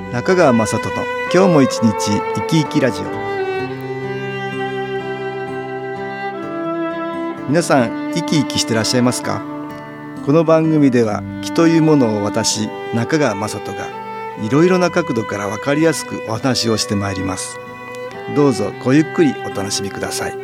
中川雅人の今日も一日生き生きラジオ。皆さん生き生きしてらっしゃいますか？この番組では気というものを私中川雅人がいろいろな角度から分かりやすくお話をしてまいります。どうぞごゆっくりお楽しみください。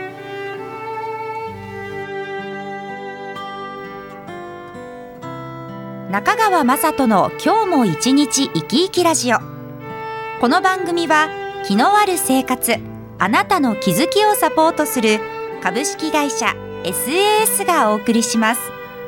中川雅人の今日も一日生き生きラジオ。この番組は気のある生活、あなたの気づきをサポートする株式会社 SAS がお送りします。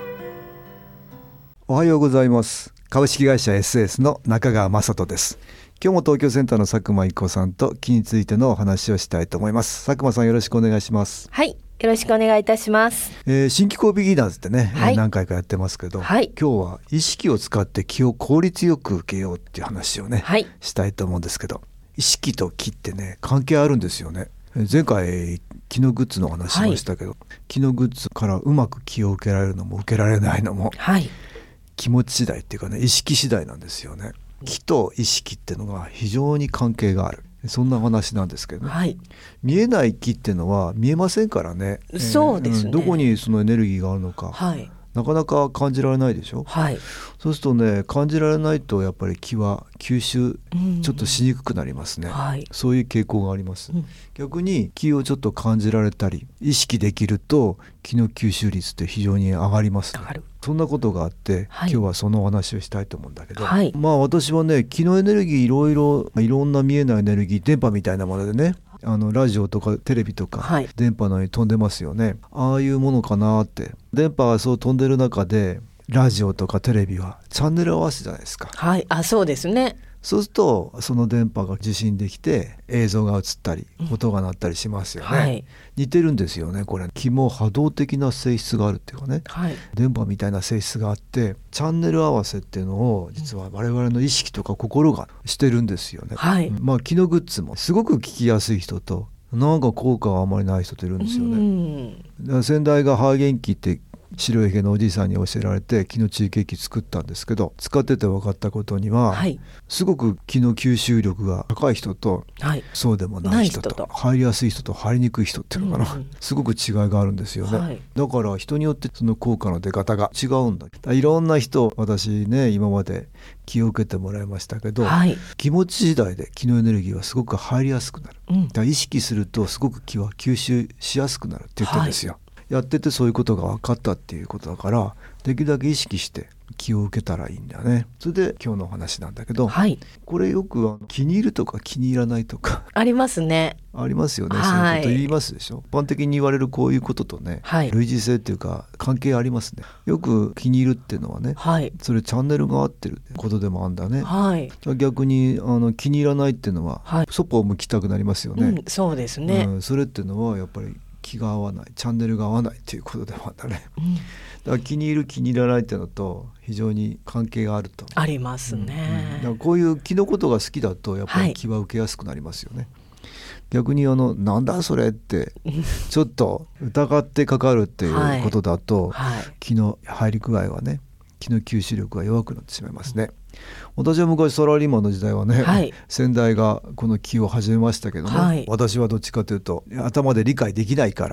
おはようございます。株式会社 SAS の中川雅人です。今日も東京センターの佐久間一子さんと気についてのお話をしたいと思います。佐久間さん、よろしくお願いします。 はい、よろしくお願いいたします。 新機構ビギナーズってね、 はい、 何回かやってますけど、 はい、 今日は意識を使って気を効率よく受けようっていう話をね、 はい、 したいと思うんですけど、意識と気ってね関係あるんですよね。前回気のグッズの話しましたけど、気のグッズからうまく気を受けられるのも受けられないのも、気持ち次第っていうかね、意識次第なんですよね。気と意識っていうのが非常に関係がある、そんな話なんですけどね、見えない気っていうのは見えませんからね。 そうですね、 どこにそのエネルギーがあるのか、なかなか感じられないでしょ。そうするとね、感じられないとやっぱり気は吸収ちょっとしにくくなりますね。そういう傾向があります。逆に気をちょっと感じられたり意識できると気の吸収率って非常に上がりますね。そんなことがあって、今日はそのお話をしたいと思うんだけど、まあ私はね、気のエネルギーいろんな見えないエネルギー、電波みたいなものでね、ラジオとかテレビとか、電波のように飛んでますよね。ああいうものかなって。電波がそう飛んでる中でラジオとかテレビはチャンネル合わせじゃないですか。 そうですね。 そうするとその電波が受信できて映像が映ったり音が鳴ったりしますよね。似てるんですよね。これ気も波動的な性質があるっていうかね、電波みたいな性質があって、チャンネル合わせっていうのを実は我々の意識とか心がしてるんですよね。まあ気のグッズもすごく聞きやすい人となんか効果があまりない人といるんですよね。だから先代がハーゲンキって白い毛のおじいさんに教えられて気の中継機作ったんですけど、使ってて分かったことには、すごく気の吸収力が高い人と、そうでもない人と、入りやすい人と入りにくい人っていうのかな、すごく違いがあるんですよね。だから人によってその効果の出方が違うんだ。いろんな人、私ね今まで気を受けてもらいましたけど、気持ち次第で気のエネルギーはすごく入りやすくなる。だから意識するとすごく気は吸収しやすくなるって言ってるんですよ。やっててそういうことが分かったっていうことだから、できるだけ意識して気を受けたらいいんだよね。それで今日のお話なんだけど、これよく気に入るとか気に入らないとかありますね。 ありますよね。そういうこと言いますでしょ。一般的に言われるこういうこととね、類似性っていうか関係ありますね。よく気に入るっていうのはね、それチャンネルが合ってることでもあるんだね。逆に気に入らないっていうのは、そっぽを向きたくなりますよね。 そうですね。 それっていうのはやっぱり気が合わない、チャンネルが合わないっていうことでもあったね。だから気に入る気に入らないっていうのと非常に関係があると。 ありますね。 だからこういう気のことが好きだとやっぱり気は受けやすくなりますよね。逆になんだそれってちょっと疑ってかかるっていうことだと、気の入り具合はね、気の吸収力が弱くなってしまいますね。私は昔サラリーマンの時代はね、先代がこの気を始めましたけどね、私はどっちかというと頭で理解できないから、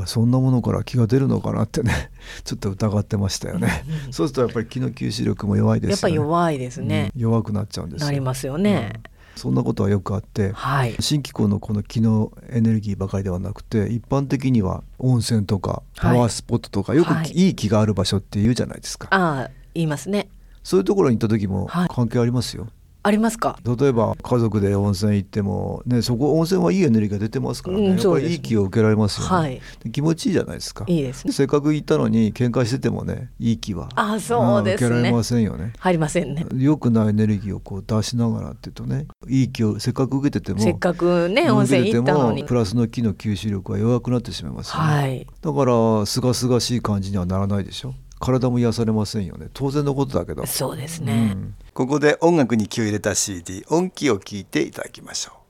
そんなものから気が出るのかなってねちょっと疑ってましたよね。そうするとやっぱり気の吸収力も弱いですよね。 やっぱり弱いですね。 弱くなっちゃうんですよ。 なりますよね。 そんなことはよくあって、新機構のこの気のエネルギーばかりではなくて、一般的には温泉とかパワースポットとか、よくいい気がある場所って言うじゃないですか。 言いますね。 そういうところに行った時も関係ありますよ。 ありますか。 例えば家族で温泉行っても、そこ温泉はいいエネルギーが出てますからね、やっぱりいい気を受けられますよね。気持ちいいじゃないですか。いいですね。せっかく行ったのに喧嘩しててもね、いい気は受けられませんよね。 入りませんね。 良くないエネルギーをこう出しながらっていうとね、いい気をせっかく受けてても、 せっかくね温泉行ったのにプラスの気の吸収力は弱くなってしまいますよね。だからすがすがしい感じにはならないでしょ。体も癒されませんよね。当然のことだけど。 そうですね。 ここで音楽に気を入れた CD 音気を聴いていただきましょう。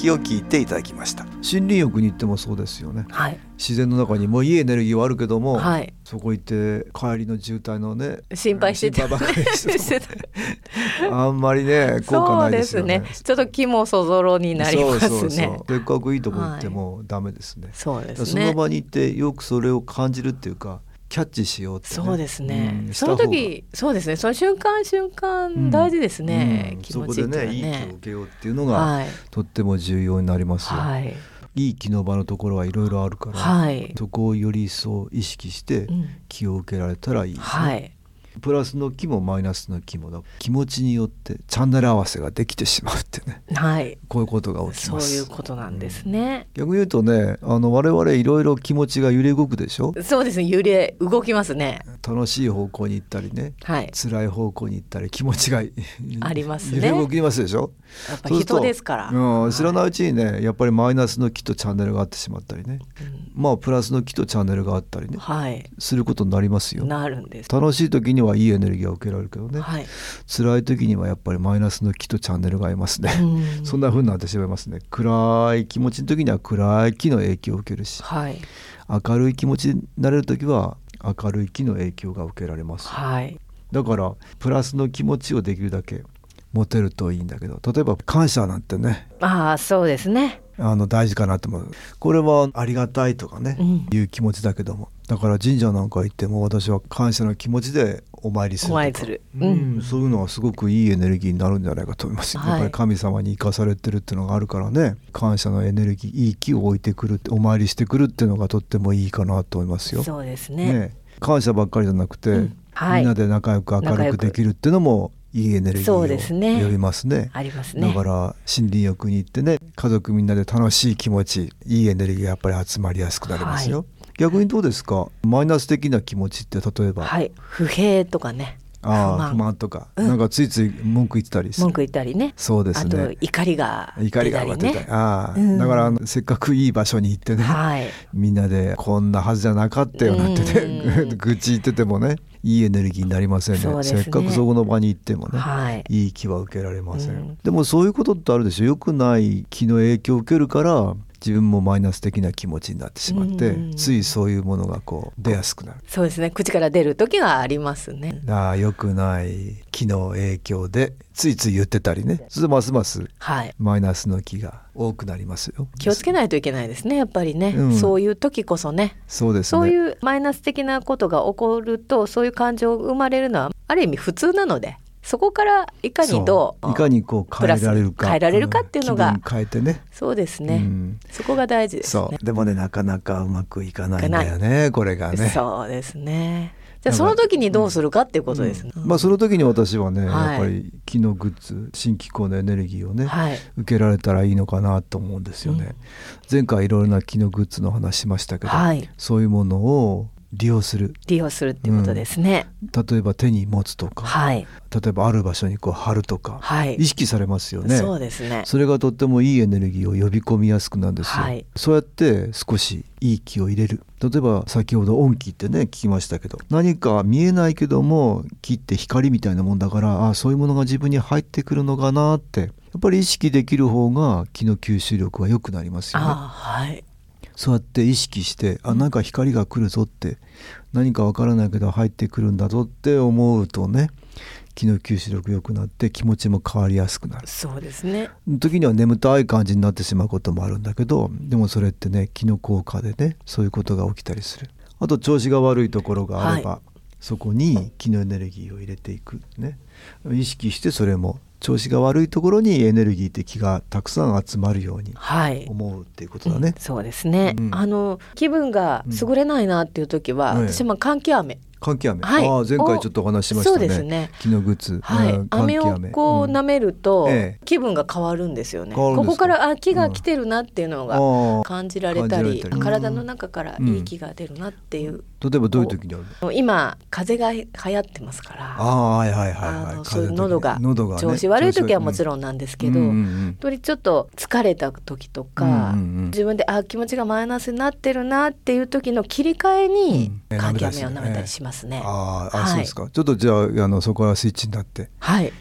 気を聞いていただきました。森林浴に行ってもそうですよね、 はい、 自然の中にもういいエネルギーはあるけども、 はい、 そこ行って帰りの渋滞のね心配して心配ばかりしてあんまりね効果ないですよね。 そうですね、ちょっと気もそぞろになりますね。 そうせっかくいいとこ行ってもダメですね、 そうですね。 その場に行ってよくそれを感じるっていうかキャッチしようって、ね、 そうですね、その時そうですね、その瞬間瞬間大事ですね、気持ちいいっていうのはね、 そこでねいい気を受けようっていうのが、はい、とっても重要になりますよ、はい、いい気の場のところはいろいろあるから、はい、そこをより一層意識して気を受けられたらいいですね、はい、プラスの気もマイナスの気もだ気持ちによってチャンネル合わせができてしまうってね、はい、こういうことが起きます。 そういうことなんですね、 逆に言うとね我々いろいろ気持ちが揺れ動くでしょ。 そうですね、揺れ動きますね。 楽しい方向に行ったりね、はい、辛い方向に行ったり気持ちがありますね。 揺れ動きますでしょ。 やっぱ人ですから、 知らないうちにねやっぱりマイナスの気とチャンネルがあってしまったりね、まあプラスの気とチャンネルがあったりね、はい、することになりますよ。 なるんです。楽しい時にはいいエネルギーが受けられるけどね、はい、辛い時にはやっぱりマイナスの気とチャンネルがありますね。そんな風になってしまいますね。暗い気持ちの時には暗い気の影響を受けるし、はい、明るい気持ちになれる時は明るい気の影響が受けられます、はい、だからプラスの気持ちをできるだけ持てるといいんだけど、例えば感謝なんてね、 そうですね、 大事かなと思う。これはありがたいとかね、いう気持ちだけども、だから神社なんか行っても私は感謝の気持ちでお参りするとか、そういうのはすごくいいエネルギーになるんじゃないかと思います、はい、やっぱり神様に生かされてるっていうのがあるからね、感謝のエネルギーいい気を置いてくるお参りしてくるっていうのがとってもいいかなと思いますよ。 そうですね、 感謝ばっかりじゃなくて、はい、みんなで仲良く明るくできるっていうのもいいエネルギーを呼びますね。 ありますね。 だから森林浴に行ってね、家族みんなで楽しい気持ち、いいエネルギーがやっぱり集まりやすくなりますよ、はい、逆にどうですか、マイナス的な気持ちって例えば、はい、 不平とかね、 不満とか、なんかついつい文句言ってたりする。 文句言ったりね。 そうですね。 あと怒りが出たりね。 だからせっかくいい場所に行ってね、はい、みんなでこんなはずじゃなかったよなんてね、愚痴言っててもね、いいエネルギーになりません ね。せっかくそこの場に行ってもね、はい、いい気は受けられません、でもそういうことってあるでしょ。良くない気の影響を受けるから自分もマイナス的な気持ちになってしまって、ついそういうものがこう出やすくなる。 そうですね、口から出る時はありますね。 良くない気の影響でついつい言ってたりね、それでますますマイナスの気が多くなりますよ。 気をつけないといけないですね、やっぱりね、そういう時こそね。 そうですね。 そういうマイナス的なことが起こると、そういう感情が生まれるのはある意味普通なので、そこからいかにこう変えられるかっていうのが、 気分変えてね。 そうですね、そこが大事ですね。 そうでもね、なかなかうまくいかないんだよね、これがね。 そうですね。じゃあその時にどうするかっていうことですね、 その時に私はね、やっぱり気のグッズ、新機構のエネルギーをね、受けられたらいいのかなと思うんですよね、前回いろいろな気のグッズの話しましたけど、そういうものを利用するっていうことですね、例えば手に持つとか、例えばある場所にこう貼るとか、意識されますよね。 そうですね。 それがとってもいいエネルギーを呼び込みやすくなるんですよ、そうやって少しいい気を入れる。例えば先ほど音気ってね聞きましたけど、何か見えないけども気って光みたいなもんだから、そういうものが自分に入ってくるのかなって、やっぱり意識できる方が気の吸収力は良くなりますよね。そうやって意識して、なんか光が来るぞって、何かわからないけど入ってくるんだぞって思うとね、気の吸収力良くなって気持ちも変わりやすくなる。 そうですね。 時には眠たい感じになってしまうこともあるんだけど、でもそれってね、気の効果でね、そういうことが起きたりする。あと調子が悪いところがあれば、そこに気のエネルギーを入れていくね、意識してそれも調子が悪いところにエネルギーって気がたくさん集まるように思うっていうことだね、 そうですね、気分が優れないなっていう時は、私も換気飴、 前回ちょっとお話しましたね。そうですね。気のグツ、 飴をこう舐めると気分が変わるんですよね。ここから気が来てるなっていうのが感じられたり、体の中からいい気が出るなっていう。 例えばどういう時にあるの？ 今風邪が流行ってますから、そういう喉が調子悪い時はもちろんなんですけど、ちょっと疲れた時とか、自分で気持ちがマイナスになってるなっていう時の切り替えに換気飴を舐めたりしますね。 そうですか。ちょっとじゃあそこはスイッチになって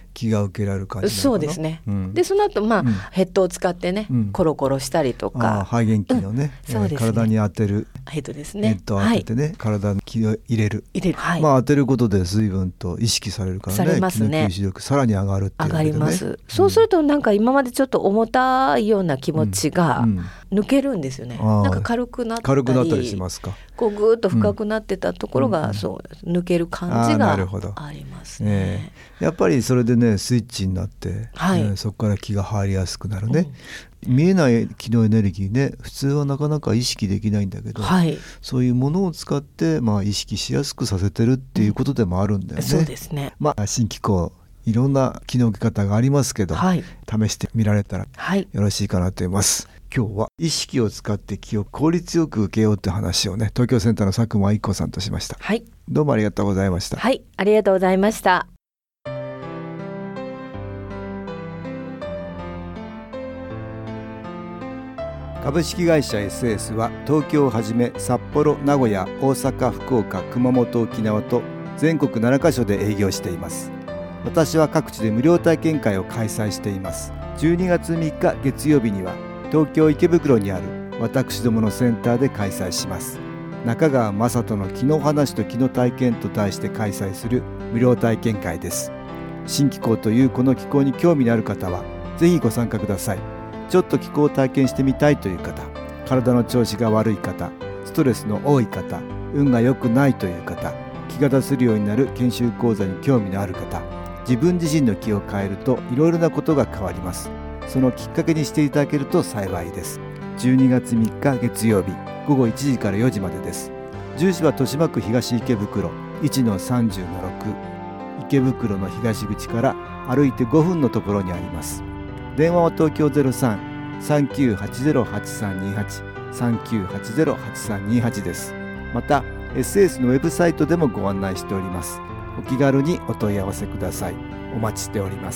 気が受けられる感じなのかな。 そうですね、でその後ヘッドを使ってね、コロコロしたりとか、 肺元気のね、そうですね、体に当てるヘッドですね。 ヘッドを当ててね、体に気を入れる、当てることで随分と意識されるからね、 されますね、 気の吸収力さらに上がるっていうわけでね、 上がります。そうするとなんか今までちょっと重たいような気持ちが抜けるんですよね、なんか軽くなったりしますか。 こうぐーっと深くなってたところが、そう抜ける感じがありますね。 やっぱりそれでねスイッチになって、そこから気が入りやすくなるね、見えない気のエネルギーね、普通はなかなか意識できないんだけど、そういうものを使って、意識しやすくさせてるっていうことでもあるんだよね。 そうですね。 新機構いろんな気の受け方がありますけど、試してみられたらよろしいかなと思います。今日は意識を使って気を効率よく受けようという話をね、東京センターの佐久間愛子さんとしました。どうもありがとうございました。 ありがとうございました。 株式会社 SS は東京をはじめ札幌、名古屋、大阪、福岡、熊本、沖縄と全国7カ所で営業しています。私は各地で無料体験会を開催しています。12月3日月曜日には東京池袋にある私どものセンターで開催します。中川雅人の気の話と気の体験と題して開催する無料体験会です。新気候というこの気候に興味のある方はぜひご参加ください。ちょっと気候を体験してみたいという方、体の調子が悪い方、ストレスの多い方、運が良くないという方、気が出せるようになる研修講座に興味のある方、自分自身の気を変えるといろいろなことが変わります。そのきっかけにしていただけると幸いです。12月3日月曜日午後1時から4時までです。住所は豊島区東池袋 1-30-6、 池袋の東口から歩いて5分のところにあります。電話は東京 03-3980-8328 3980-8328 です。また SS のウェブサイトでもご案内しております。お気軽にお問い合わせください。お待ちしております。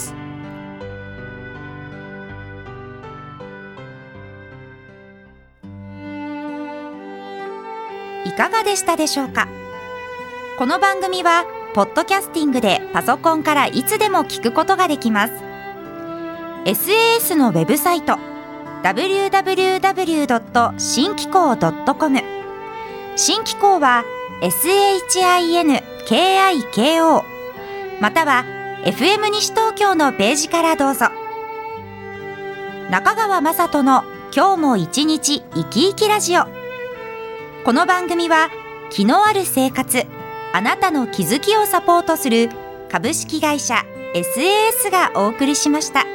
いかがでしたでしょうか。この番組はポッドキャスティングでパソコンからいつでも聞くことができます。 SAS のウェブサイト www.新機構.com、 新機構は SHINKIKO、 または FM 西東京のページからどうぞ。中川雅人の今日も一日生き生きラジオ。この番組は気のある生活、あなたの気づきをサポートする株式会社 SAS がお送りしました。